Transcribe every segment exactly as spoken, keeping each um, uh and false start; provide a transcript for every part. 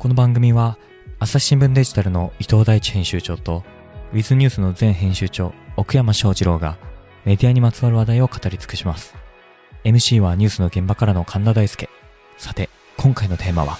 この番組は朝日新聞デジタルの伊藤大地編集長とウィズニュースの前編集長奥山翔二郎がメディアにまつわる話題を語り尽くします。 エムシー はニュースの現場からの神田大輔。さて今回のテーマは、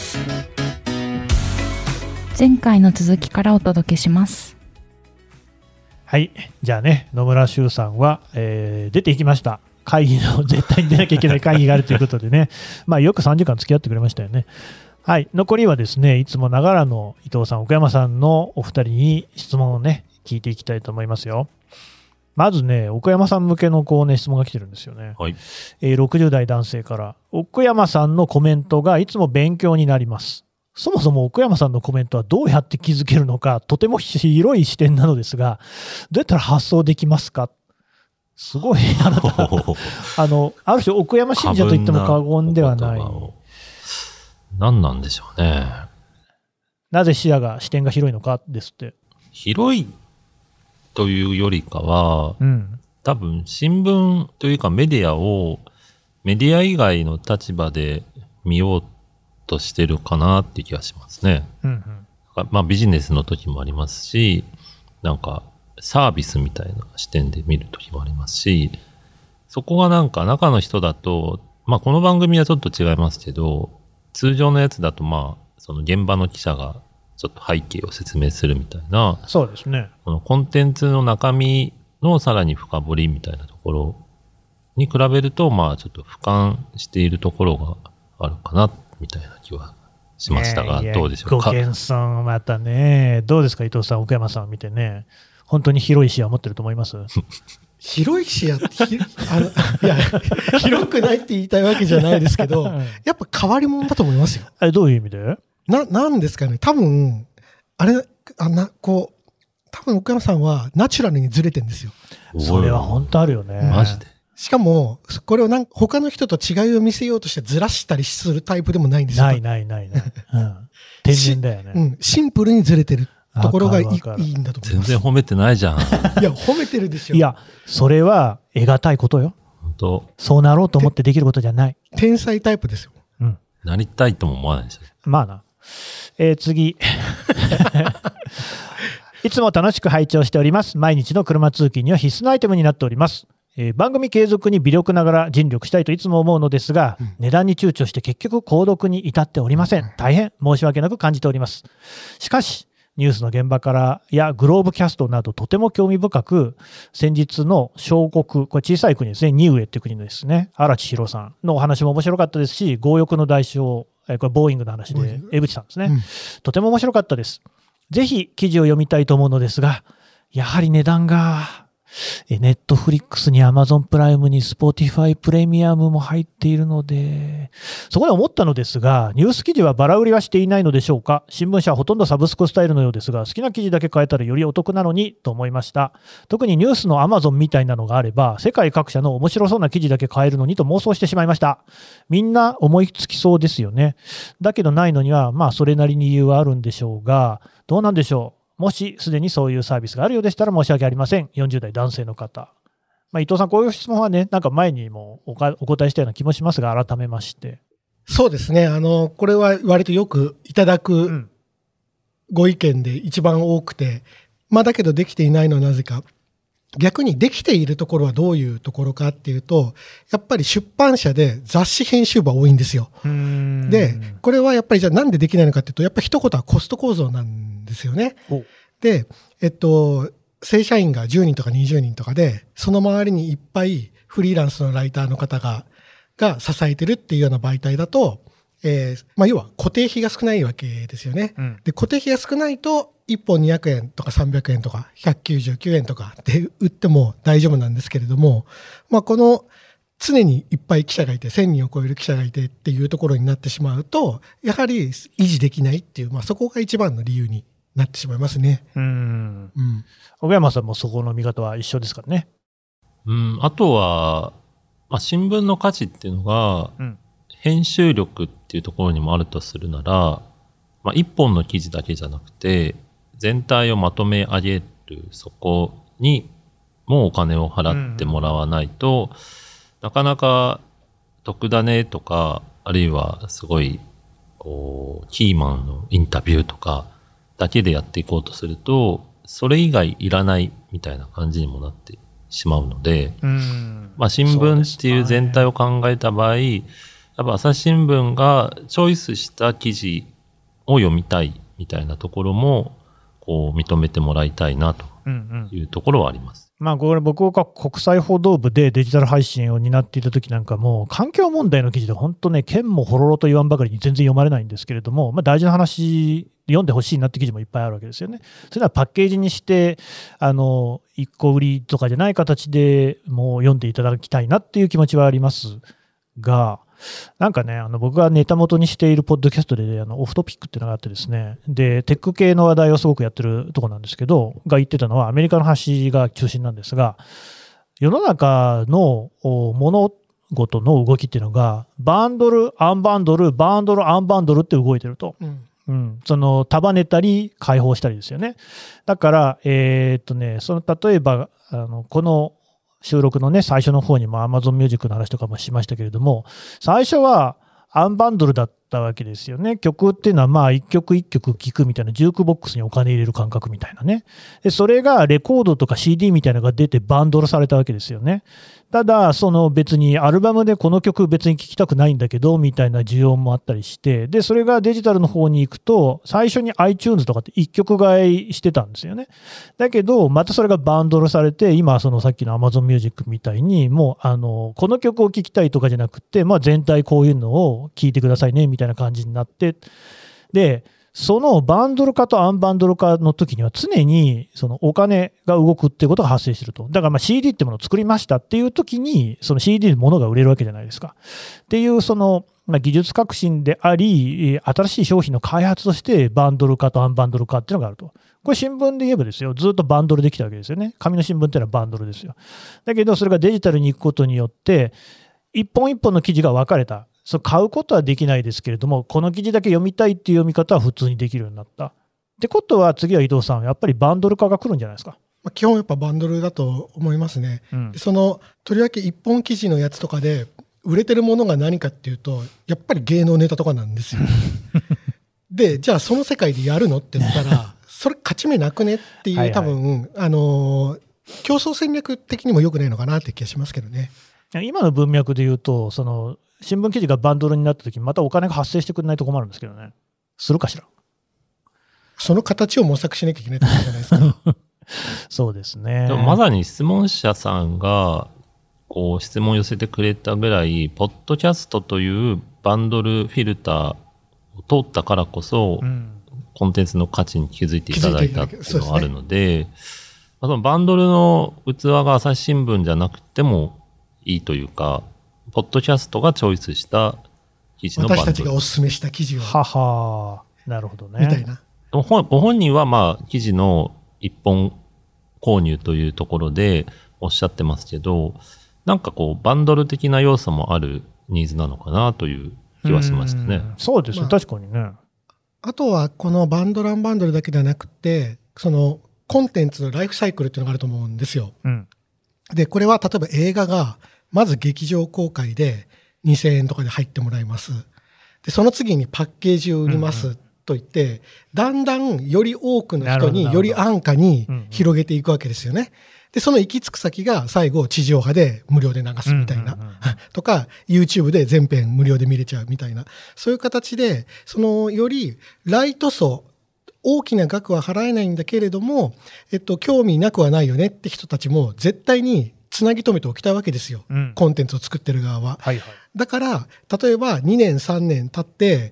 前回の続きからお届けします。 はい、じゃあね、野村修さんは、えー、出ていきました。会議の絶対に出なきゃいけない会議があるということでねまあよくさんじかん付き合ってくれましたよね。はい、残りはですね、いつもながらの伊藤さん、奥山さんのお二人に質問をね、聞いていきたいと思いますよ。まずね、奥山さん向けのこう、ね、質問が来てるんですよね。 はい、 えー、ろくじゅう代男性から、奥山さんのコメントがいつも勉強になります。そもそも奥山さんのコメントはどうやって気づけるのか、とても広い視点なのですが、どうやったら発想できますか。すごい、あなた、あの、ある種奥山信者と言っても過言ではない。 何なんでしょうね。 なぜ視野が視点が広いのかですって。 広いというよりかは、うん、多分新聞というかメディアをメディア以外の立場で見ようとしてるかなって気がしますね。うんうん、まあビジネスの時もありますし、なんかサービスみたいな視点で見る時もありますし、そこがなんか中の人だと、まあこの番組はちょっと違いますけど、通常のやつだとまあその現場の記者がちょっと背景を説明するみたいな、 そうですね。 このコンテンツの中身のさらに深掘りみたいなところに比べると、まあちょっと俯瞰しているところがあるかなみたいな気はしましたが、どうでしょうか。 ご謙遜またね、どうですか伊藤さん、奥山さんを見てね、本当に広い視野を持ってると思います？ 広い視野ってひあのいや広くないって言いたいわけじゃないですけど、やっぱ変わり者だと思いますよ。 あれどういう意味で？ な、なんですかね。多分あれあんなこう多分奥山さんはナチュラルにずれてるんですよ。 それは本当あるよね。 マジで。 しかもこれをなん他の人と違いを見せようとしてずらしたりするタイプでもないんですよ。 ないないないない。うん、天然だよね。 うん、シンプルにずれてるところがいい、いいんだと思います。 全然褒めてないじゃん。いや褒めてるでしょ。 いやそれは得難いことよ。 本当。 そうなろうと思ってできることじゃない。 天才タイプですよ。 うん。なりたいとも思わないですよ。 まあな。えー、次。いつも楽しく拝聴しております。毎日の車通勤には必須のアイテムになっております。えー、番組継続に微力ながら尽力したいといつも思うのですが、うん、値段に躊躇して結局購読に至っておりません。大変申し訳なく感じております。しかしニュースの現場からやグローブキャストなどとても興味深く、先日の小国、これ小さい国ですね、ニウエって国のですね、荒地博さんのお話も面白かったですし、強欲の代償、これボーイングの話で江口さんですね、うん、とても面白かったです。ぜひ記事を読みたいと思うのですが、やはり値段がネットフリックスにアマゾンプライムにスポティファイプレミアムも入っているので、そこで思ったのですが、ニュース記事はバラ売りはしていないのでしょうか。新聞社はほとんどサブスクスタイルのようですが、好きな記事だけ変えたらよりお得なのにと思いました。特にニュースのアマゾンみたいなのがあれば、世界各社の面白そうな記事だけ変えるのにと妄想してしまいました。みんな思いつきそうですよね。だけどないのには、まあそれなりに理由はあるんでしょうが、どうなんでしょう。もしすでにそういうサービスがあるようでしたら申し訳ありません。よんじゅう代男性の方。まあ、伊藤さん、こういう質問はね、なんか前にも お, かお答えしたような気もしますが、改めまして。 そうですね。あの、これは割とよくいただくご意見で一番多くて、うん、まあだけどできていないのはなぜか。逆にできているところはどういうところかっていうと、やっぱり出版社で雑誌編集部は多いんですよ。で、これはやっぱりじゃあなんでできないのかっていうと、やっぱり一言はコスト構造なんですよね。で、えっと、正社員がじゅうにんとかにじゅうにんとかで、その周りにいっぱいフリーランスのライターの方が、が支えてるっていうような媒体だと、えー、まあ要は固定費が少ないわけですよね。うん、で、固定費が少ないと、いっぽんにひゃくえんとかさんびゃくえんとかひゃくきゅうじゅうきゅうえんとかで売っても大丈夫なんですけれども、まあこの常にいっぱい記者がいてせんにんを超える記者がいてっていうところになってしまうと、やはり維持できないっていう、まあそこが一番の理由になってしまいますね。うん。 うん。小山さんもそこの見方は一緒ですからね。 うん。あとは、まあ、新聞の価値っていうのが、うん、編集力っていうところにもあるとするなら、まあ、一本の記事だけじゃなくて、全体をまとめ上げる、そこにもお金を払ってもらわないと、うん、なかなか得だねとか、あるいはすごいこう、キーマンのインタビューとかだけでやっていこうとすると、それ以外いらないみたいな感じにもなってしまうので、 うんまあ新聞っていう全体を考えた場合、やっぱ朝日新聞がチョイスした記事を読みたいみたいなところも、こう認めてもらいたいなというところはあります。 まあ、これ僕が国際報道部でデジタル配信を担っていた時なんかも、環境問題の記事で本当ね、剣もほろろと言わんばかりに全然読まれないんですけれども、まあ、大事な話、読んでほしいなって記事もいっぱいあるわけですよね。それならパッケージにして、あの、一個売りとかじゃない形でもう読んでいただきたいなっていう気持ちはありますが、なんかね、あの僕がネタ元にしているポッドキャストで、あのオフトピックっていうのがあってですね、で、テック系の話題をすごくやってるところなんですけど、が言ってたのはアメリカの話が中心なんですが、世の中の物事の動きっていうのが、バンドル、アンバンドル、バンドル、アンバンドルって動いてると。うんうん、その束ねたり解放したりですよね。だから、えー、っとね、その例えばあのこの収録のね、最初の方にも Amazon Music の話とかもしましたけれども、最初はアンバンドルだったわけですよね。曲っていうのはまあ一曲一曲聴くみたいなジュークボックスにお金入れる感覚みたいなね。で、それがレコードとか シーディー みたいなのが出てバンドルされたわけですよね。ただ、その別にアルバムでこの曲別に聴きたくないんだけどみたいな需要もあったりして、で、それがデジタルの方に行くと、最初に iTunes とかって一曲買いしてたんですよね。だけど、またそれがバンドルされて、今そのさっきの Amazon Music みたいに、もうあの、この曲を聴きたいとかじゃなくて、まあ全体こういうのを聴いてくださいねみたいな感じになって、で、そのバンドル化とアンバンドル化の時には常にそのお金が動くっていうことが発生していると。だからまあ シーディー ってものを作りましたっていう時に、その シーディー のものが売れるわけじゃないですか。っていうそのまあ技術革新であり、新しい商品の開発としてバンドル化とアンバンドル化っていうのがあると。これ新聞で言えばですよ、ずっとバンドルできたわけですよね。紙の新聞っていうのはバンドルですよ。だけどそれがデジタルに行くことによって、一本一本の記事が分かれた。そう買うことはできないですけれども、この記事だけ読みたいっていう読み方は普通にできるようになった。ってことは、次は伊藤さん、やっぱりバンドル化が来るんじゃないですか。 基本やっぱバンドルだと思いますね。うん、そのとりわけ一本記事のやつとかで売れてるものが何かっていうと、やっぱり芸能ネタとかなんですよ。で、じゃあその世界でやるのって言ったら、それ勝ち目なくねっていう、はいはい、多分あの競争戦略的にも良くないのかなって気がしますけどね。 今の文脈で言うと、その新聞記事がバンドルになったときにまたお金が発生してくれないと困るんですけどね。するかしら。 その形を模索しなきゃいけないってことじゃないですか。 そうですね。 でもまさに質問者さんがこう質問を寄せてくれたぐらい、ポッドキャストというバンドルフィルターを通ったからこそ、うん、コンテンツの価値に気づいていただいたっていうのがあるので、そのバンドルの器が朝日新聞じゃなくてもいいというか、ポッドキャストがチョイスした記事のバンドル。 私たちがお勧めした記事を。 ははなるほどね。 みたいな。 ご本人はまあ記事の一本購入というところでおっしゃってますけど、なんかこうバンドル的な要素もあるニーズなのかなという気はしましたね。 そうですね、まあ、確かにね。 あとはこのバンドルアンバンドルだけではなくて、そのコンテンツのライフサイクルっていうのがあると思うんですよ。うん、で、これは例えば映画がまず劇場公開でにせんえんとかで入ってもらいます。で、その次にパッケージを売りますと言って、うんうん、だんだんより多くの人により安価に広げていくわけですよね。で、その行き着く先が最後地上波で無料で流すみたいな、うんうんうん、とか YouTube で全編無料で見れちゃうみたいな、そういう形で、そのよりライト層、大きな額は払えないんだけれども、えっと、興味なくはないよねって人たちも絶対につなぎ止めておきたいわけですよ。うん、コンテンツを作ってる側は。はいはい、だから、例えばにねんさんねん経って、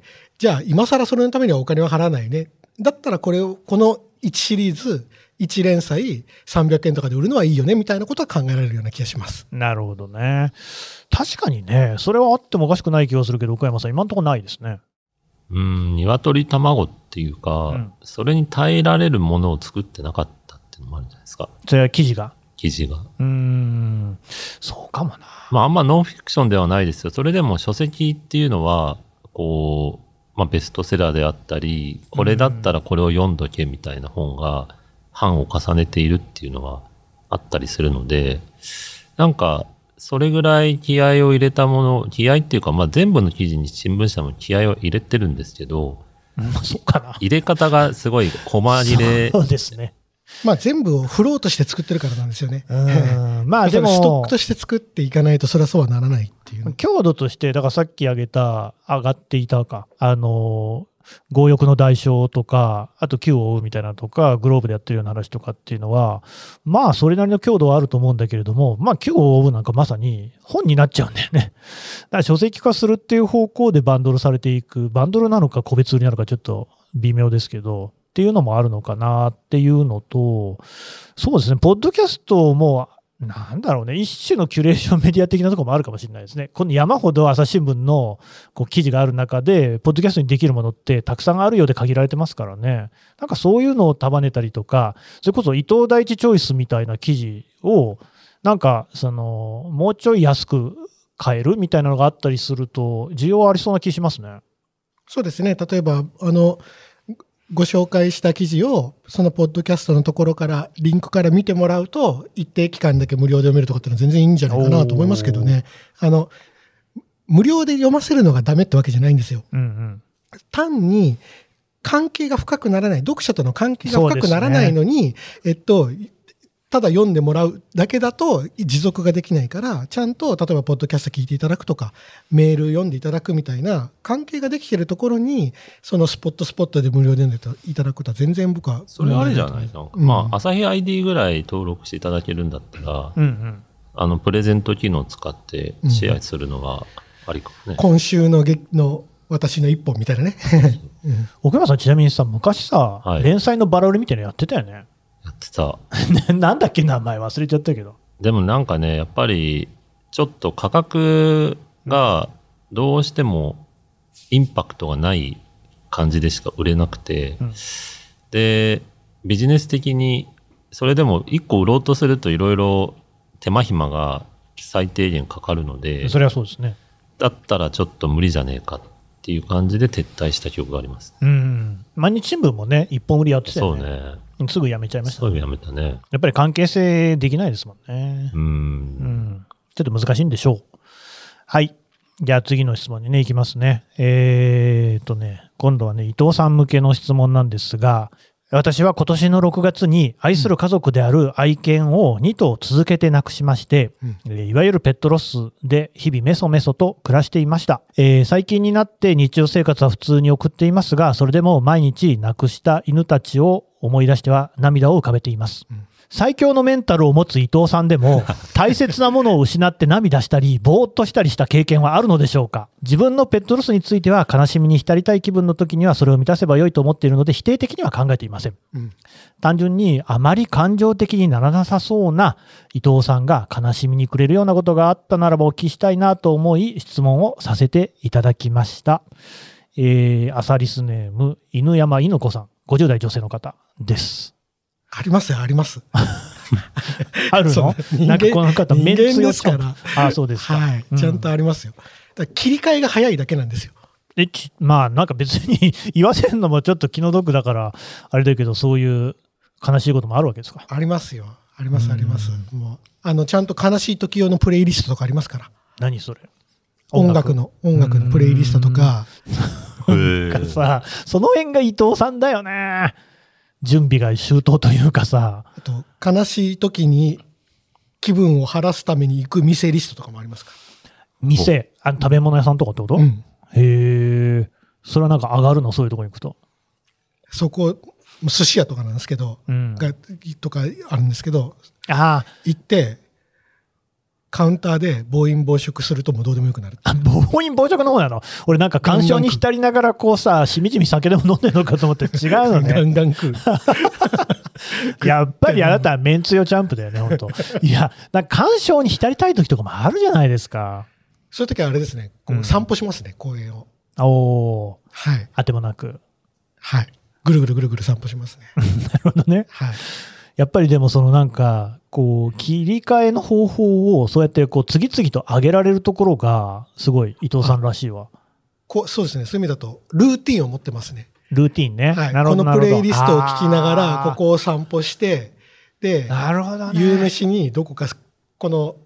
じゃあ今更それのためにはお金は払わないね。だったらこれを、このいちシリーズ、いち連載さんびゃくえんとかで売るのはいいよねみたいなことは考えられるような気がします。 なるほどね。確かにね、それはあってもおかしくない気がするけど、岡山さん、今のところないですね。 うん、鶏卵っていうか、うん、それに耐えられるものを作ってなかったっていうのもあるんじゃないですか。 それは記事が記事が。 うーん、そうかもな。 まあ、あんまノンフィクションではないですよ。それでも書籍っていうのは、こう、まあ、ベストセラーであったり、これだったらこれを読んどけみたいな本が、版を重ねているっていうのがあったりするので、なんか、 それぐらい気合を入れたもの、気合っていうか、まあ全部の記事に新聞社も気合を入れてるんですけど、 うん、そうかな。 入れ方がすごい細切れ。 そうですね。 まあ全部をフローとして作ってるからなんですよね。 うんまあでも、 ストックとして作っていかないとそれはそうはならないっていう。 強度として、だからさっき挙げた、上がっていたか、あの、強欲の代償とか、あと Q を追うみたいなとか、グローブでやってるような話とかっていうのは、まあそれなりの強度はあると思うんだけれども、まあ Q を追うなんかまさに本になっちゃうんだよね。だから書籍化するっていう方向でバンドルされていく、バンドルなのか個別売りなのかちょっと微妙ですけど、っていうのもあるのかなっていうのと、そうですね、ポッドキャストも、なんだろうね、一種のキュレーションメディア的なところもあるかもしれないですね。この山ほど朝日新聞のこう記事がある中で、ポッドキャストにできるものってたくさんあるようで限られてますからね。なんかそういうのを束ねたりとか、それこそ伊藤大地チョイスみたいな記事を、なんかその、もうちょい安く買えるみたいなのがあったりすると、需要はありそうな気しますね。 そうですね。例えば、あの、ご紹介した記事を、そのポッドキャストのところから、リンクから見てもらうと、一定期間だけ無料で読めるとかっていうのは全然いいんじゃないかなと思いますけどね。あの、無料で読ませるのがダメってわけじゃないんですよ。うんうん、単に、関係が深くならない、読者との関係が深くならないのに、ね、えっと、ただ読んでもらうだけだと持続ができないから、ちゃんと例えばポッドキャスト聞いていただくとか、メール読んでいただくみたいな関係ができているところに、そのスポットスポットで無料で読んでいただくことは全然僕は。 それあれじゃないの、うん、まあ、朝日 アイディー ぐらい登録していただけるんだったら、うんうん、あの、プレゼント機能を使ってシェアするのがありかもね。 今週の月の私の一本みたいなね。 うん、奥山さんちなみにさ、昔さ、はい、連載のバラ売りみたいなのやってたよね。 やってた。 なんだっけ名前忘れちゃったけど。 でもなんかね、やっぱりちょっと価格がどうしてもインパクトがない感じでしか売れなくて、うん、で、ビジネス的にそれでもいっこ売ろうとするといろいろ手間暇が最低限かかるので、 それはそうですね。 だったらちょっと無理じゃねえかっていう感じで撤退した記憶があります。 うん。毎日新聞もね、一本売りやってたよね。 そうね。 すぐ辞めちゃいましたね。 すぐ辞めたね。 やっぱり関係性できないですもんね。 うん。うん。 ちょっと難しいんでしょう。はい。じゃあ次の質問にね、行きますね。えーっとね、今度はね、伊藤さん向けの質問なんですが、私は今年のろくがつに愛する家族である愛犬をに頭続けて亡くしまして、うん、いわゆるペットロスで日々メソメソと暮らしていました、えー、最近になって日常生活は普通に送っていますが、それでも毎日亡くした犬たちを思い出しては涙を浮かべています、うん、最強のメンタルを持つ伊藤さんでも大切なものを失って涙したりぼーっとしたりした経験はあるのでしょうか。自分のペットロスについては悲しみに浸りたい気分の時にはそれを満たせば良いと思っているので否定的には考えていません、うん、単純にあまり感情的にならなさそうな伊藤さんが悲しみに暮れるようなことがあったならばお聞きしたいなと思い質問をさせていただきました。えー、アサリスネーム犬山犬子さん、ごじゅう代女性の方です。 ありますよ、あります。 あるの？なんかこの方、 メンツですから。 ああ、そうですか。 はい、うん。ちゃんとありますよ。だから切り替えが早いだけなんですよ。 え、まあ、なんか別に言わせるのもちょっと気の毒だから、あれだけど、そういう悲しいこともあるわけですか？ ありますよ。あります、あります。もう、あの、ちゃんと悲しい時用のプレイリストとかありますから。 何それ？ 音楽の、音楽のプレイリストとか。 なんかさ、その辺が伊藤さんだよね。準備が周到というかさ。 あと、悲しい時に気分を晴らすために行く店リストとかもありますから。 店？あの食べ物屋さんとかってこと？うん、へえ。それはなんか上がるの？そういうところに行くと。 そこ、寿司屋とかなんですけど、うん、がとかあるんですけど、 あ行って、カウンターで暴飲暴食するともうどうでもよくなる。 あ、暴飲暴食の方なの？俺なんか感傷に浸りながらこうさ、しみじみ酒でも飲んでるのかと思って違うのね。 ガンガン食う。 やっぱりあなたはめんつゆチャンプだよね、本当。いや、なんか感傷に浸りたい時とかもあるじゃないですか。 そういう時はあれですね、こう散歩しますね、うん、公園を。 おー。 はい。 あてもなく。 はい。ぐるぐるぐるぐる散歩しますね。 なるほどね。 はい。 やっぱりでもそのなんか、こう、切り替えの方法をそうやってこう次々と上げられるところが、すごい伊藤さんらしいわ。 こうそうですね。そういう意味だと、ルーティンを持ってますね。 ルーティンね。 はい。このプレイリストを聞きながら、ここを散歩して、で、 なるほどね。 夕飯にどこか、この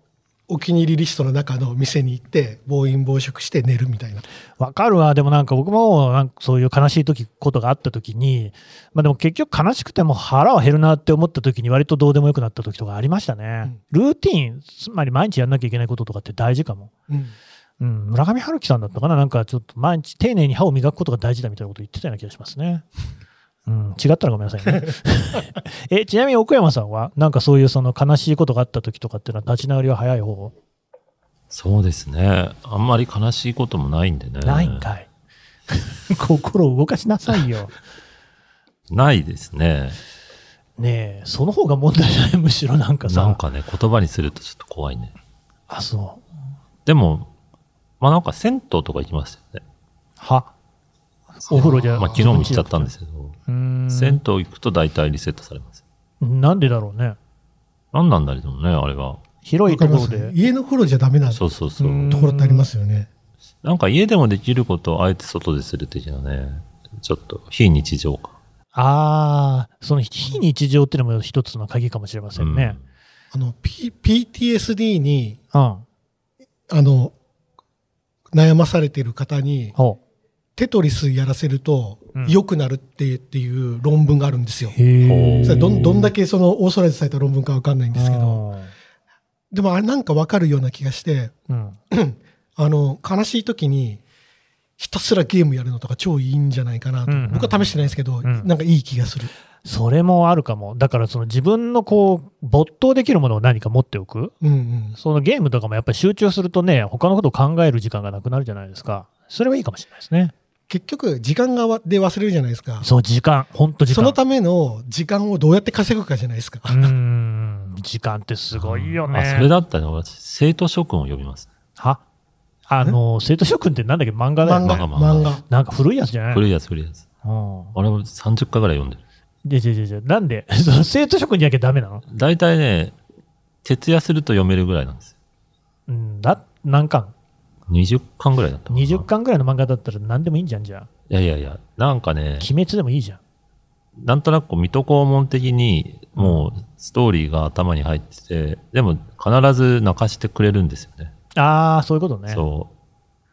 お気に入りリストの中の店に行って暴飲暴食して寝るみたいな。 わかるわ。でもなんか僕もなんかそういう悲しい時ことがあった時に、まあでも結局悲しくても腹は減るなって思った時に割とどうでもよくなった時とかありましたね。うん、ルーティン、つまり毎日やんなきゃいけないこととかって大事かも。うんうん、村上春樹さんだったかな、なんかちょっと毎日丁寧に歯を磨くことが大事だみたいなこと言ってたような気がしますね。うん、違ったらごめんなさいね。え、ちなみに奥山さんは、なんかそういうその悲しいことがあった時とかっていうのは立ち直りは早い方？ そうですね。あんまり悲しいこともないんでね。 ないんかい。心を動かしなさいよ。 ないですね。 ねえ、その方が問題ない、むしろなんかさ。 なんかね、言葉にするとちょっと怖いね。 あ、そう。 でも、まあなんか銭湯とか行きましたよね。 はお風呂じゃ、 まあ昨日も行っちゃったんですけど、銭湯行くと大体リセットされます。 なんでだろうね。 なんなんだろうね、あれは。 広いところで。 家の風呂じゃダメなそうそうそう。 ところってありますよね。 なんか家でもできることをあえて外でする的なね、ちょっと非日常か。 ああ、その非日常っていうのも一つの鍵かもしれませんね。 うん、あの、P、ピーティーエスディー に、 うん、 あの、悩まされている方に、テトリスやらせると良くなるってっていう論文があるんですよ。それどんどんだけそのオーソライズされた論文かわかんないんですけど、でもあれなんかわかるような気がして、うん、あの悲しい時にひたすらゲームやるのとか超いいんじゃないかなと、うんうん、僕は試してないですけど、うん、なんかいい気がする。 それもあるかも。だからその自分のこう没頭できるものを何か持っておく、うんうん、そのゲームとかもやっぱり集中するとね、他のことを考える時間がなくなるじゃないですか。それはいいかもしれないですね。 結局時間がで忘れるじゃないですか。 そう、時間、本当時間。 そのための時間をどうやって稼ぐかじゃないですか。 うーん、時間ってすごいよね。 あ、それだったら私生徒諸君を読みます。 はあの生徒諸君ってなんだっけ、漫画だよね。 漫画、漫画。 なんか古いやつじゃない？ 古いやつ、古いやつ。うん。俺もさんじゅっかいぐらい読んでる。 で、で、で、で、なんで生徒諸君じゃなきゃダメなの？ 大体ね、徹夜すると読めるぐらいなんですよ。 うん、だ、何巻？ にじゅっかんぐらいだったかな。 にじゅっかんぐらいの漫画だったら何でもいいんじゃん、じゃあ。 いやいやいや、なんかね。 鬼滅でもいいじゃん。 なんとなくこう水戸黄門的にもうストーリーが頭に入ってて、でも必ず泣かしてくれるんですよね。 ああ、そういうことね。 そう。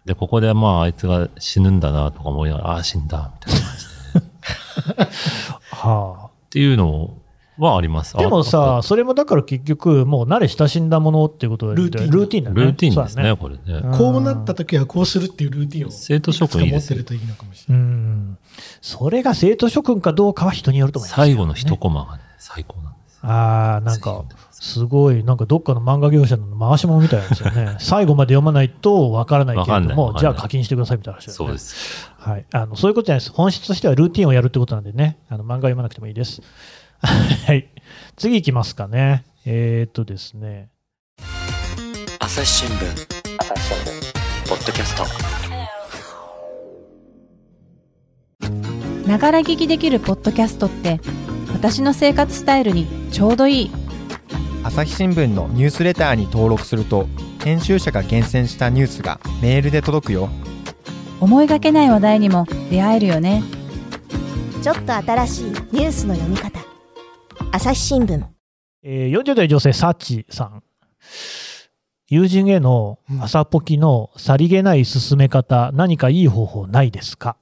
で、ここでまああいつが死ぬんだなとか思いながら、ああ、死んだ、みたいな感じで。はあ。っていうのはあります。 でもさ、それもだから結局、もう慣れ親しんだものっていうことで、 ルーティン。 ルーティンだね。 ルーティンですね、これね。 こうなった時はこうするっていうルーティンを生徒諸君いいです持ってるといいのかもしれない。 うん。それが生徒諸君かどうかは人によると思います、ね。 最後の一コマがね、最高なんです。 ああ、なんか、すごい、なんかどっかの漫画業者の回し物みたいなんですよね。最後まで読まないとわからないけれども、じゃあ課金してくださいみたいな話ですね。 そうです。 はい。あの、そういうことじゃないです。本質としてはルーティンをやるってことなんでね、あの漫画読まなくてもいいです。はい。次行きますかね。えー、っとですね。 朝日新聞。朝日新聞。ポッドキャスト。ながら聞きできるポッドキャストって私の生活スタイルにちょうどいい。 朝日新聞のニュースレターに登録すると編集者が厳選したニュースがメールで届くよ。 思いがけない話題にも出会えるよね。 ちょっと新しいニュースの読み方。朝日新聞。 えー、よんじゅう代女性サチさん。友人への朝ポキのさりげない進め方、うん、何かいい方法ないですか？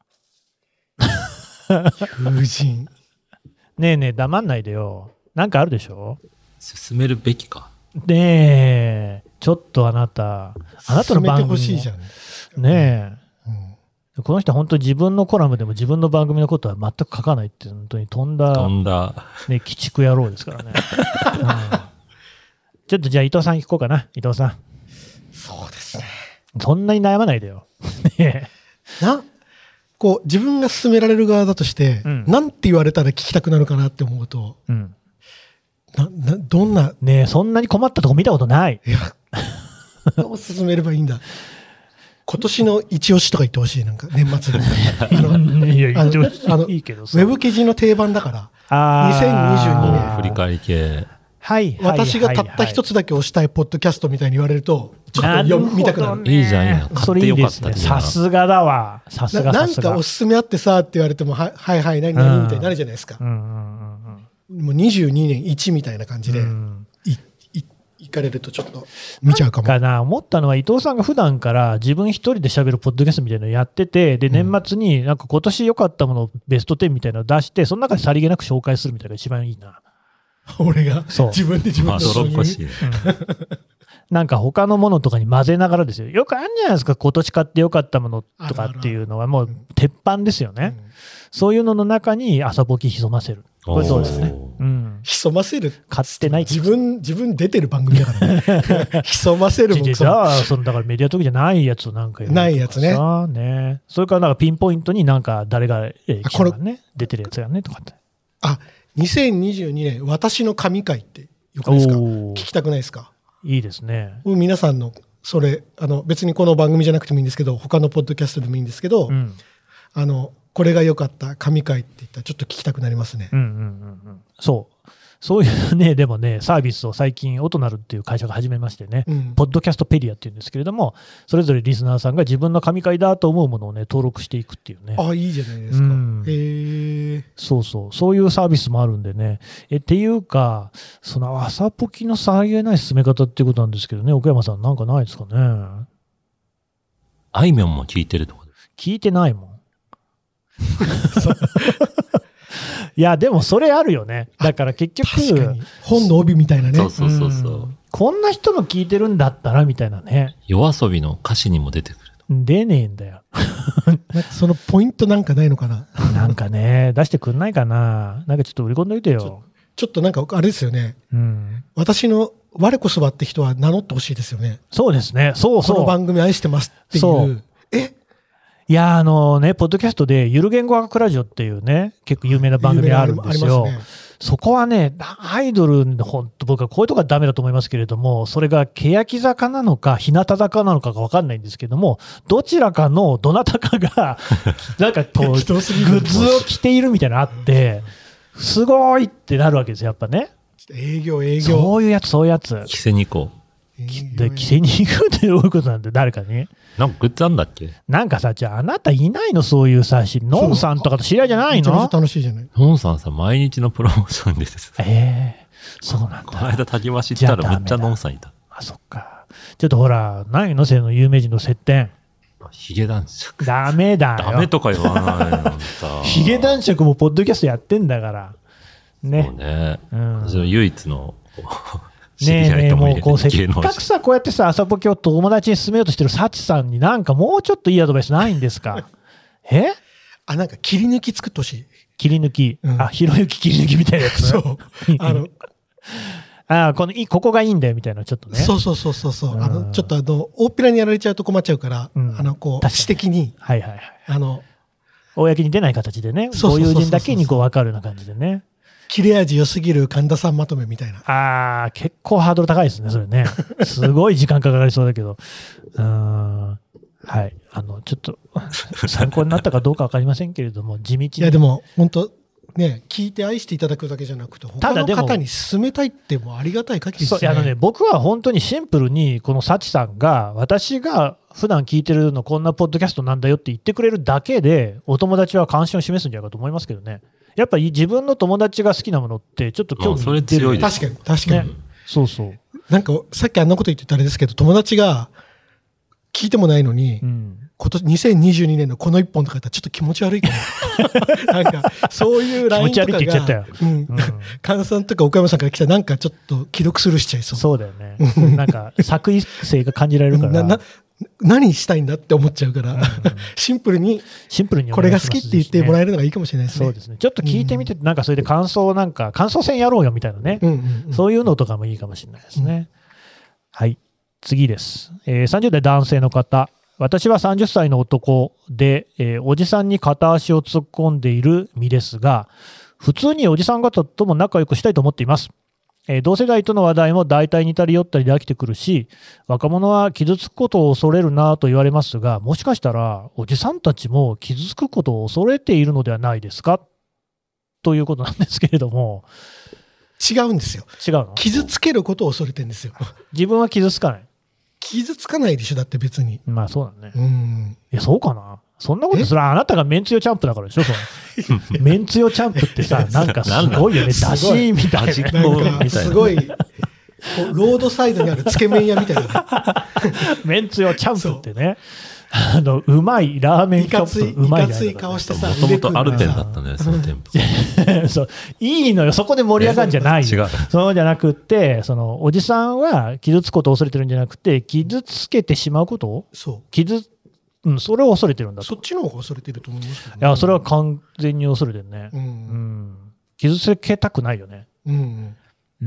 友人。 ねえねえ、黙んないでよ。なんかあるでしょ？ 進めるべきか。 ねえ、ちょっとあなた、あなたの番組も。 進めてほしいじゃん。 ねえ、うん。この人は本当に自分のコラムでも自分の番組のことは全く書かないって本当に飛んだ、 飛んだ、 ね、鬼畜野郎ですからね。うん、ちょっとじゃあ伊藤さん聞こうかな、伊藤さん。 そうですね。 そんなに悩まないでよ。 な、こう自分が勧められる側だとして、うん、なんて言われたら聞きたくなるかなって思うと、うん、な、な、どんな。 ねえ、そんなに困ったとこ見たことない。 いや、どう進めればいいんだ。今年の一押しとか言ってほしい、なんか年末に。あの、いや、言ってほしい。あの、いいけどさ。ウェブ記事の定番だから、にせんにじゅうにねん。 振り返り系。 はい。 私がたった一つだけ押したいポッドキャストみたいに言われると、ちょっと読みたくなる。 いいじゃん、いいな。 それいいですね。さすがだわ。さすがさすが。 なんかおすすめあってさって言われても、はいはいはい、何何みたいになるじゃないですか。もうにじゅうにねんいちみたいな感じで、いい行かれるとちょっと見ちゃうかも。 かな、思ったのは伊藤さんが普段から自分一人で喋るポッドキャストみたいなのやってて、で年末になんか今年良かったものベストじゅうみたいなのを出して、その中でさりげなく紹介するみたいなのが一番いいな。 俺がそう自分で自分のまどろっこしい、うん、 なんか他のものとかに混ぜながらですよ。よくあるんじゃないですか、今年買ってよかったものとかっていうのはもう鉄板ですよね。うん、そういうのの中に朝ぼき潜ませる。これそうですね。うん、 潜ませる買ってない自分自分出てる番組だからね。潜ませるもん。 じゃあそのだからメディア特じゃないやつをなんかやるないやつね。 ね。それからなんかピンポイントになんか誰が、えー、記者がね出てるやつやねとかって。 あ、にせんにじゅうにねん私の神回ってよくないですか。聞きたくないですか。 いいですね。 皆さんのそれあの別にこの番組じゃなくてもいいんですけど、他のポッドキャストでもいいんですけど、うん、あのこれが良かった神回って言ったらちょっと聞きたくなりますね。 うんうんうんうん、そうそういうね、でもね、サービスを最近オトナルっていう会社が始めましてね、うん、ポッドキャストペディアっていうんですけれども、それぞれリスナーさんが自分の神回だと思うものをね登録していくっていうね。 あ、いいじゃないですか。うん、へえ。 そうそう、そういうサービスもあるんでね。えっていうか、その朝ポキのさりげない進め方っていうことなんですけどね、奥山さんなんかないですかね。 あいみょんも聞いてるとか。 聞いてないもん。いやでもそれあるよね。だから結局確かに本の帯みたいなね。 そうそうそうそう、うん、 こんな人の聞いてるんだったらみたいなね。 夜遊びの歌詞にも出てくる。 出ねえんだよ。 そのポイントなんかないのかな。 なんかね出してくんないかな。なんかちょっと売り込んでおいてよ。ちょ、 ちょっとなんかあれですよね。うん、私の我こそはって人は名乗ってほしいですよね。 そうですね。そうそう。 この番組愛してますっていう。そうえ。 いやあのね、ポッドキャストでゆる言語学ラジオっていうね、結構有名な番組あるんですよ。ね、そこはね、アイドルの本当僕はこういうとこはダメだと思いますけれども、それが欅坂なのか日向坂なのかが分かんないんですけども、どちらかのどなたかがなんかこうグッズを着ているみたいなのあって、すごいってなるわけですよやっぱね。 営業営業。 そういうやつそういうやつ。 着せに行こう。 で着せに行くってどういうことなんで誰かに。 なんかグッズあんだっけ。 なんかさ、じゃああなたいないのそういうさ、ノンさんとかと知り合いじゃないの。 めちゃめちゃ楽しいじゃない。 ノンさんさ毎日のプロモーションですええー、そうなんだ。 この間滝橋行ったらめっちゃノンさんいた。 あ、そっか。ちょっとほらないのせの有名人の接点。 ヒゲ男爵。 ダメだよ。 ダメとか言わないのさ。 ヒゲ男爵もポッドキャストやってんだからね。 そうね。うん、私の唯一のねえねえ、もうこうせっかくさこうやってさ朝ポケを友達に勧めようとしてるサチさんになんかもうちょっといいアドバイスないんですか。えあ、なんか切り抜き作ってほしい。 切り抜き、うん、あ、ひろゆき切り抜きみたいなやつ。 そうあのあ、このここがいいんだよみたいなちょっとね。 そうそうそうそうそう、うん、あのちょっとあの大っぴらにやられちゃうと困っちゃうから、うん、あのこう私的に、 はいはいはい、 あの公に出ない形でね、ご友人だけにこう分かるような感じでね。 切れ味良すぎる神田さんまとめみたいな。 ああ、結構ハードル高いですね、それね。すごい時間かかりそうだけど。うーん。はい。あの、ちょっと、参考になったかどうかわかりませんけれども、地道に。いや、でも、本当ね、聞いて愛していただくだけじゃなくて、他の方に勧めたいってもありがたい限りですね。 そう、あのね、僕は本当にシンプルに、このサチさんが、私が普段聞いてるのこんなポッドキャストなんだよって言ってくれるだけで、お友達は関心を示すんじゃないかと思いますけどね。やっぱり自分の友達が好きなものってちょっと興味出る。 確かに確かに、 ね、そうそう。 なんかさっきあんなこと言ってたあれですけど、友達が聞いてもないのに、うん、今年にせんにじゅうにねんのこの一本とかやったらちょっと気持ち悪いかな。なんかそういうラインとかが気持ち悪いって言っちゃったよ。 うん。菅さんとか岡山さんから来たらなんかちょっと既読スルーしちゃいそう。 そうだよね。なんか作為性が感じられるから。なな何したいんだって思っちゃうから、うん、シンプルにシンプルにこれが好きって言ってもらえるのがいいかもしれないですね。 そうですね。ちょっと聞いてみて、うん、なんかそれで感想なんか感想戦やろうよみたいなね、うんうんうん、そういうのとかもいいかもしれないですね。うん、はい、次です、えー、さんじゅう代男性の方。私はさんじゅっさいの男で、えー、おじさんに片足を突っ込んでいる身ですが、普通におじさん方とも仲良くしたいと思っています。えー、同世代との話題も大体似たり寄ったりで飽きてくるし、若者は傷つくことを恐れるなと言われますが、もしかしたらおじさんたちも傷つくことを恐れているのではないですかということなんですけれども。 違うんですよ。 違うの？ 傷つけることを恐れてるんですよ。 自分は傷つかない。 傷つかないでしょ、だって別に。 まあそうだね。 うん。 いや、そうかな。そんなことすらあなたがメンツヨチャンプだからでしょ。そのメンツヨチャンプってさ、なんかすごいよね。だしみたいな。 なんかすごいこうロードサイドにあるつけ麺屋みたいな、ね、 めんつゆをチャンプってね、あのうまいラーメンカップ、うまいいかつい顔してさ、 もともとアルペンだったね、その店舗。 そういいのよ、そこで盛り上がるんじゃないよ。 違う。 そうじゃなくて、そのおじさんは傷つくことを恐れてるんじゃなくて、傷つけてしまうことを、 そう傷、うん、それを恐れてるんだと。 そっちの方が恐れてると思いますけど、ね、 いや、それは完全に恐れてるね。 うん。うん、 傷つけたくないよね。 うんうん。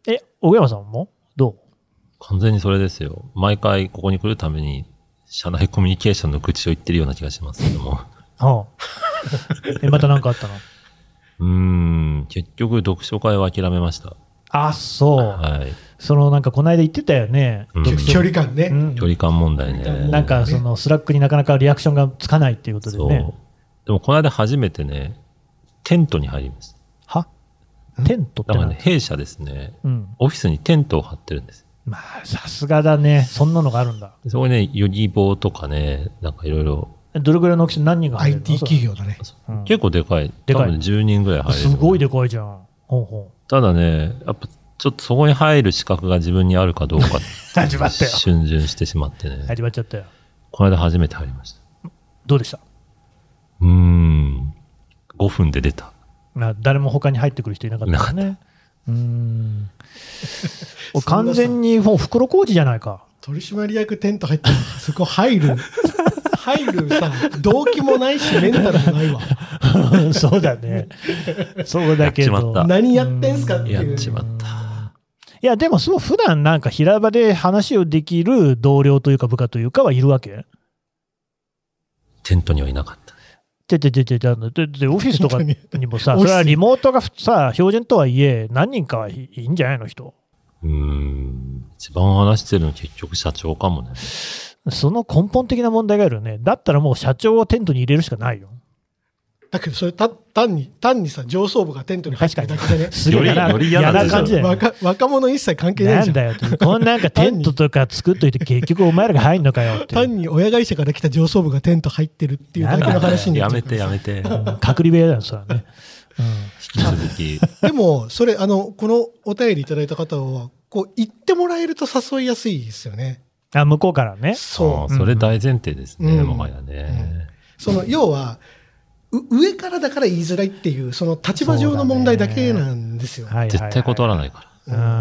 え、小山さんもどう？ 完全にそれですよ。毎回ここに来るために、社内コミュニケーションの愚痴を言ってるような気がしますけども。はあ、え、また何かあったの？ うーん、結局読書会は諦めました。 あ、そう。 はい。 そのなんかこの間言ってたよね。 うん、 距離感ね、 うん。 距離感問題ね。 なんかそのスラックになかなかリアクションがつかないっていうことでね。 そう。でもこの間初めてね、テントに入りました。 は？テントって何？ だからね、弊社ですね、 うん、 オフィスにテントを張ってるんです。 まあ、さすがだね。そんなのがあるんだ。 そこにね、ヨギボーとかね、なんかいろいろ。 どれぐらいの大きさ、何人が入るの？ アイティー 企業だね、 うん、 結構でかい。 でかい。 多分じゅうにんぐらい入る。 すごいでかいじゃん。ほうほう。 ただね、やっぱちょっとそこに入る資格が自分にあるかどうか。 始まったよ。 逡巡してしまってね。 始まっちゃったよ。 この間初めて入りました。 どうでした？ うーん。ごふんで出た。 誰も他に入ってくる人いなかったね。うーん。完全にもう袋小路じゃないか。 取締役テント入ってそこ入る入るさ、動機もないしメンタルもないわ。 そうだね。そうだけど何やってんすかっていう。 やっちまった。 いやでもそう普段なんか平場で話をできる同僚というか部下というかはいるわけ？ テントにはいなかった。 ででででででオフィスとかにもさ、それはリモートがさ標準とはいえ何人かはいいんじゃないの人。 うーん、一番話してるの結局社長かもね。 その根本的な問題があるよね。だったらもう社長をテントに入れるしかないよ。 だけどそれた単に単にさ上層部がテントに入ってるだけでね、 すごい嫌な、嫌な感じだよ、ね、 若, 若者一切関係ないじゃん。 なんだよこんなんかテントとか作っといて結局お前らが入んのかよって。 単に親会社から来た上層部がテント入ってるっていうだけの話になっちゃう。 やめてやめて、 うん、隔離部屋だよそれはね、うん、 引き続き。 でもそれあのこのお便りいただいた方はこう言ってもらえると誘いやすいですよね。 あ、向こうからね。 そう、 それ大前提ですね、 うん、 もはやね、 うん、その要は上からだから言いづらいっていうその立場上の問題だけなんですよ。 ね、絶対断らないから、 うん、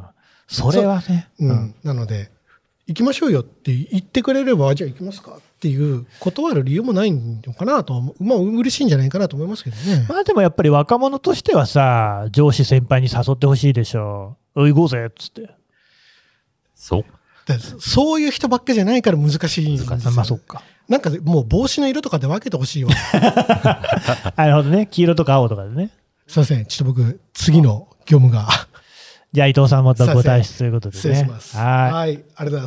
それはね、 うんうん、なので行きましょうよって言ってくれればじゃあ行きますかっていう断る理由もないのかなと、まあ嬉しいんじゃないかなと思いますけどね。 まあでもやっぱり若者としてはさ、上司先輩に誘ってほしいでしょ。おい行こうぜっつって。 そうそういう人ばっかじゃないから難しいんですよ。 まあそっか。 なんかもう帽子の色とかで分けてほしいわ。 なるほどね。黄色とか青とかでね。 すいません。ちょっと僕、次の業務が。 じゃあ伊藤さんまたご退出ということでね。 失礼します。はい。はい。ありがとうございます。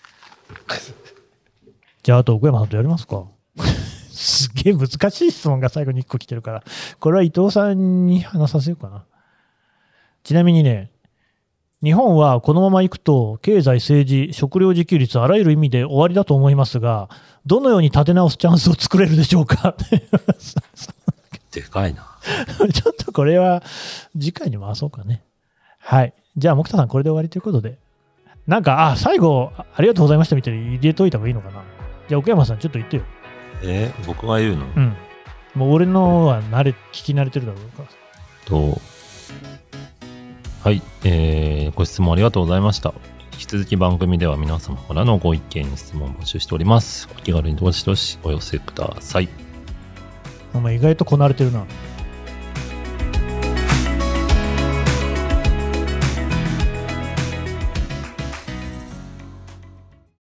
じゃああと奥山さんとやりますか。すげえ難しい質問が最後にいっこ来てるから、これは伊藤さんに話させようかな。ちなみにね、日本はこのままいくと経済、政治、食料自給率あらゆる意味で終わりだと思いますが、どのように立て直すチャンスを作れるでしょうか。 でかいな。 ちょっとこれは次回に回そうかね。はい。じゃあ木田さんこれで終わりということで。なんか、あ、最後ありがとうございましたみたいに入れといた方がいいのかな。じゃあ奥山さんちょっと言ってよ。 えー、僕が言うの？ うん。もう俺のは慣れ、聞き慣れてるだろうから。 と、はい、えー、ご質問ありがとうございました。引き続き番組では皆様からのご意見、質問を募集しております。お気軽にどしどしお寄せください。 お前意外とこなれてるな。